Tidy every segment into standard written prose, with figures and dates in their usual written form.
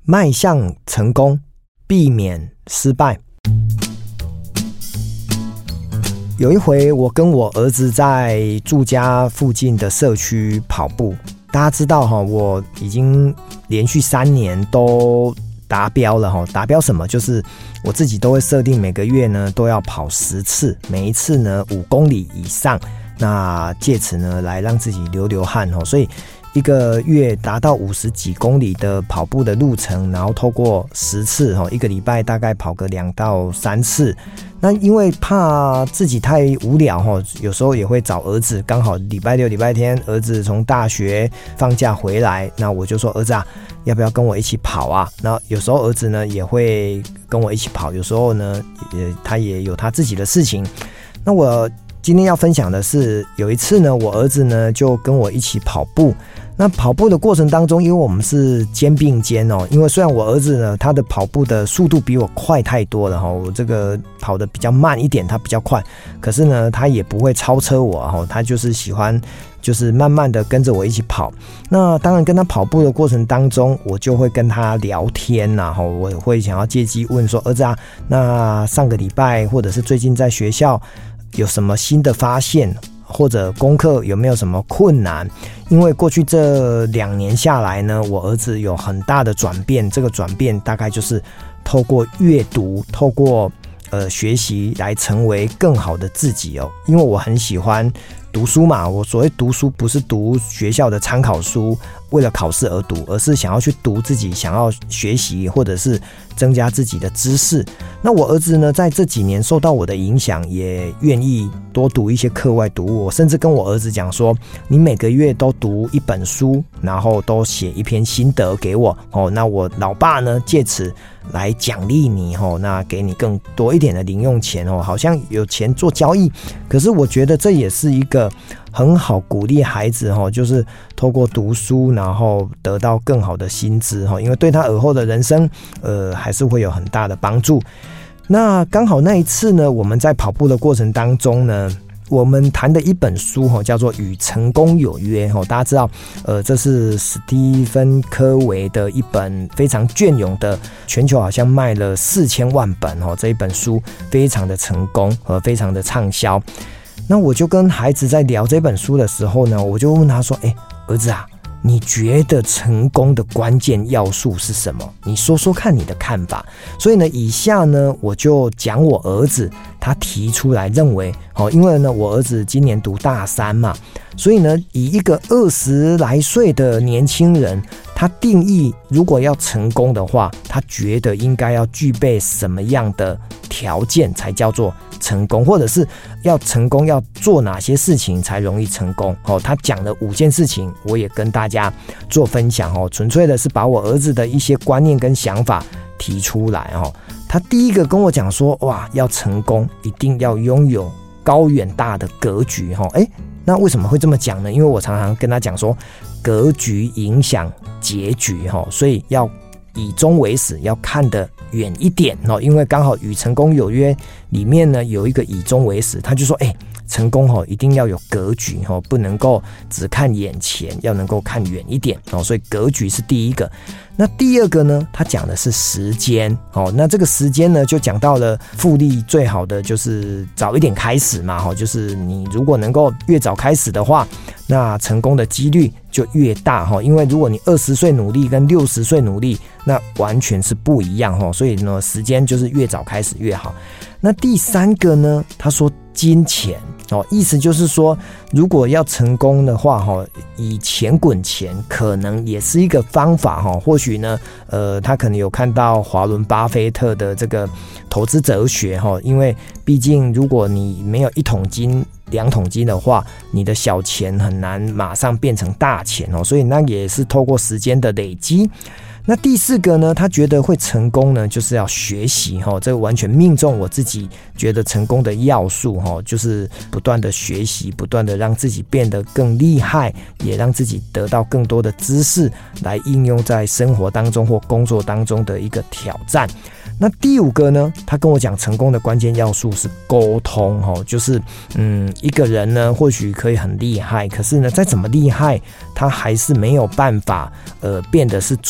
迈向成功，避免失败。有一回我跟我儿子在住家附近的社区跑步，大家知道我已经连续3年都达标了。达标什么？就是我自己都会设定每个月呢都要跑10次，每一次呢5公里以上，那借此呢来让自己流汗。所以一个月达到50几公里的跑步的路程，然后透过10次，一个礼拜大概跑个2到3次。那因为怕自己太无聊，有时候也会找儿子，刚好礼拜六礼拜天儿子从大学放假回来，那我就说儿子啊，要不要跟我一起跑啊？那有时候儿子呢也会跟我一起跑，有时候呢他也有他自己的事情。那我今天要分享的是，有一次呢我儿子呢就跟我一起跑步。那跑步的过程当中，因为我们是肩并肩因为虽然我儿子呢他的跑步的速度比我快太多了我这个跑得比较慢一点，他比较快，可是呢他也不会超车我他就是喜欢就是慢慢的跟着我一起跑。那当然跟他跑步的过程当中，我就会跟他聊天我会想要借机问说，儿子啊，那上个礼拜或者是最近在学校有什么新的发现，或者功课有没有什么困难？因为过去这2年下来呢，我儿子有很大的转变，这个转变大概就是透过阅读，透过学习来成为更好的自己因为我很喜欢读书嘛，我所谓读书不是读学校的参考书，为了考试而读，而是想要去读自己想要学习或者是增加自己的知识。那我儿子呢，在这几年受到我的影响，也愿意多读一些课外读物。我甚至跟我儿子讲说，你每个月都读1本书，然后都写一篇心得给我那我老爸呢借此来奖励你那给你更多一点的零用钱好像有钱做交易。可是我觉得这也是一个很好鼓励孩子就是透过读书然后得到更好的薪资因为对他尔后的人生还是会有很大的帮助。那刚好那一次呢，我们在跑步的过程当中呢，我们谈的一本书叫做《与成功有约》大家知道这是史蒂芬科维的一本非常隽永的，全球好像卖了4000万本这一本书非常的成功和非常的畅销。那我就跟孩子在聊这本书的时候呢，我就问他说，儿子啊，你觉得成功的关键要素是什么？你说说看你的看法。所以呢，以下呢我就讲我儿子他提出来认为因为呢我儿子今年读大3嘛，所以呢以一个20来岁的年轻人，他定义如果要成功的话，他觉得应该要具备什么样的条件才叫做成功，或者是要成功要做哪些事情才容易成功他讲了5件事情，我也跟大家做分享纯粹的是把我儿子的一些观念跟想法提出来他第一个跟我讲说，哇，要成功一定要拥有高远大的格局那为什么会这么讲呢？因为我常常跟他讲说，格局影响结局所以要以终为始，要看得远一点因为刚好与成功有约里面呢有一个以终为始，他就说成功一定要有格局不能够只看眼前，要能够看远一点所以格局是第一个。那第二个呢，他讲的是时间那这个时间呢就讲到了复利最好的就是早一点开始嘛就是你如果能够越早开始的话，那成功的几率就越大因为如果你20岁努力跟60岁努力，那完全是不一样所以呢时间就是越早开始越好。那第三个呢，他说金钱意思就是说，如果要成功的话以钱滚钱可能也是一个方法或许呢他可能有看到华伦巴菲特的这个投资哲学因为毕竟如果你没有1桶金2桶金的话，你的小钱很难马上变成大钱所以那也是透过时间的累积。那第4个呢，他觉得会成功呢就是要学习这个完全命中我自己觉得成功的要素就是不断的学习，不断的让自己变得更厉害，也让自己得到更多的知识来应用在生活当中或工作当中的一个挑战。那第5个呢，他跟我讲成功的关键要素是沟通就是一个人呢或许可以很厉害，可是呢再怎么厉害他还是没有办法变得是最厉害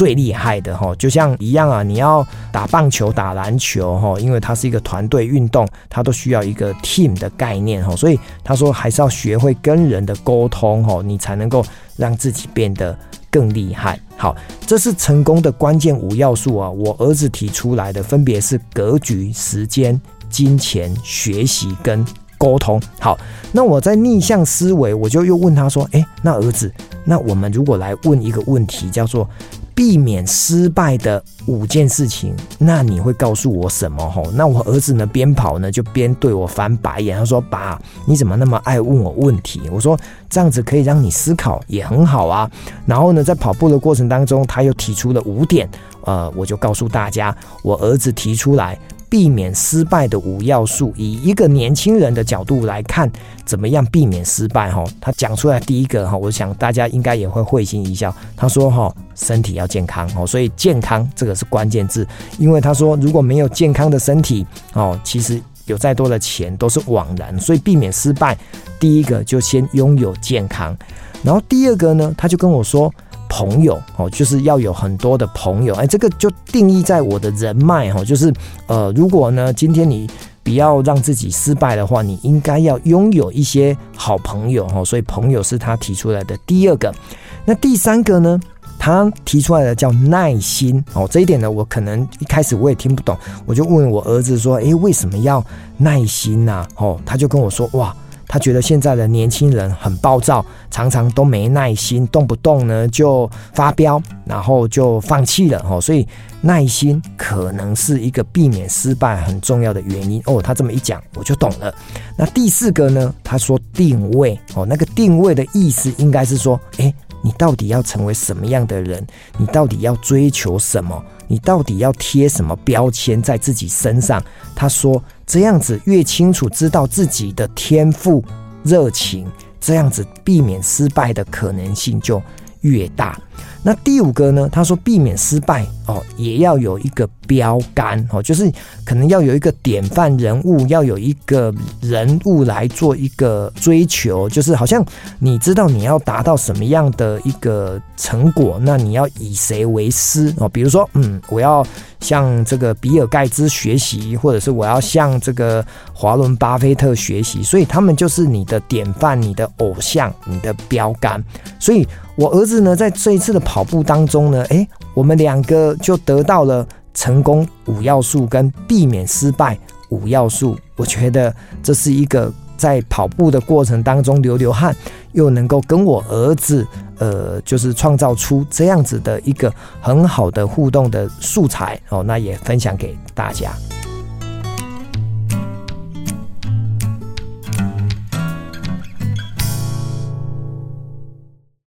害的就像一样啊，你要打棒球打篮球因为它是一个团队运动，它都需要一个 team 的概念所以他说还是要学会跟人的沟通你才能够让自己变得更厉害。好，这是成功的关键5要素啊，我儿子提出来的分别是格局、时间、金钱、学习跟沟通。好，那我在逆向思维，我就又问他说那儿子，那我们如果来问一个问题叫做避免失败的5件事情，那你会告诉我什么？那我儿子呢边跑呢就边对我翻白眼，他说爸，你怎么那么爱问我问题？我说这样子可以让你思考也很好啊。然后呢在跑步的过程当中他又提出了5点，我就告诉大家我儿子提出来避免失败的5要素，以一个年轻人的角度来看怎么样避免失败。他讲出来第一个我想大家应该也会会心一笑，他说身体要健康所以健康这个是关键字，因为他说如果没有健康的身体其实有再多的钱都是枉然，所以避免失败第一个就先拥有健康。然后第二个呢他就跟我说朋友就是要有很多的朋友，这个就定义在我的人脉就是如果呢今天你不要让自己失败的话，你应该要拥有一些好朋友所以朋友是他提出来的第二个。那第三个呢他提出来的叫耐心这一点呢我可能一开始我也听不懂，我就问我儿子说为什么要耐心啊他就跟我说哇，他觉得现在的年轻人很暴躁，常常都没耐心，动不动呢就发飙，然后就放弃了所以耐心可能是一个避免失败很重要的原因他这么一讲我就懂了。那第4个呢他说定位那个定位的意思应该是说你到底要成为什么样的人，你到底要追求什么，你到底要贴什么标签在自己身上。他说这样子越清楚知道自己的天赋热情，这样子避免失败的可能性就越大。那第5个呢他说避免失败也要有一个标杆就是可能要有一个典范人物，要有一个人物来做一个追求，就是好像你知道你要达到什么样的一个成果，那你要以谁为师比如说我要向这个比尔盖茨学习，或者是我要向这个华伦巴菲特学习，所以他们就是你的典范，你的偶像，你的标杆。所以我儿子呢在这一次的跑步当中呢我们2个就得到了成功5要素跟避免失败5要素。我觉得这是一个在跑步的过程当中流汗，又能够跟我儿子就是创造出这样子的一个很好的互动的素材那也分享给大家。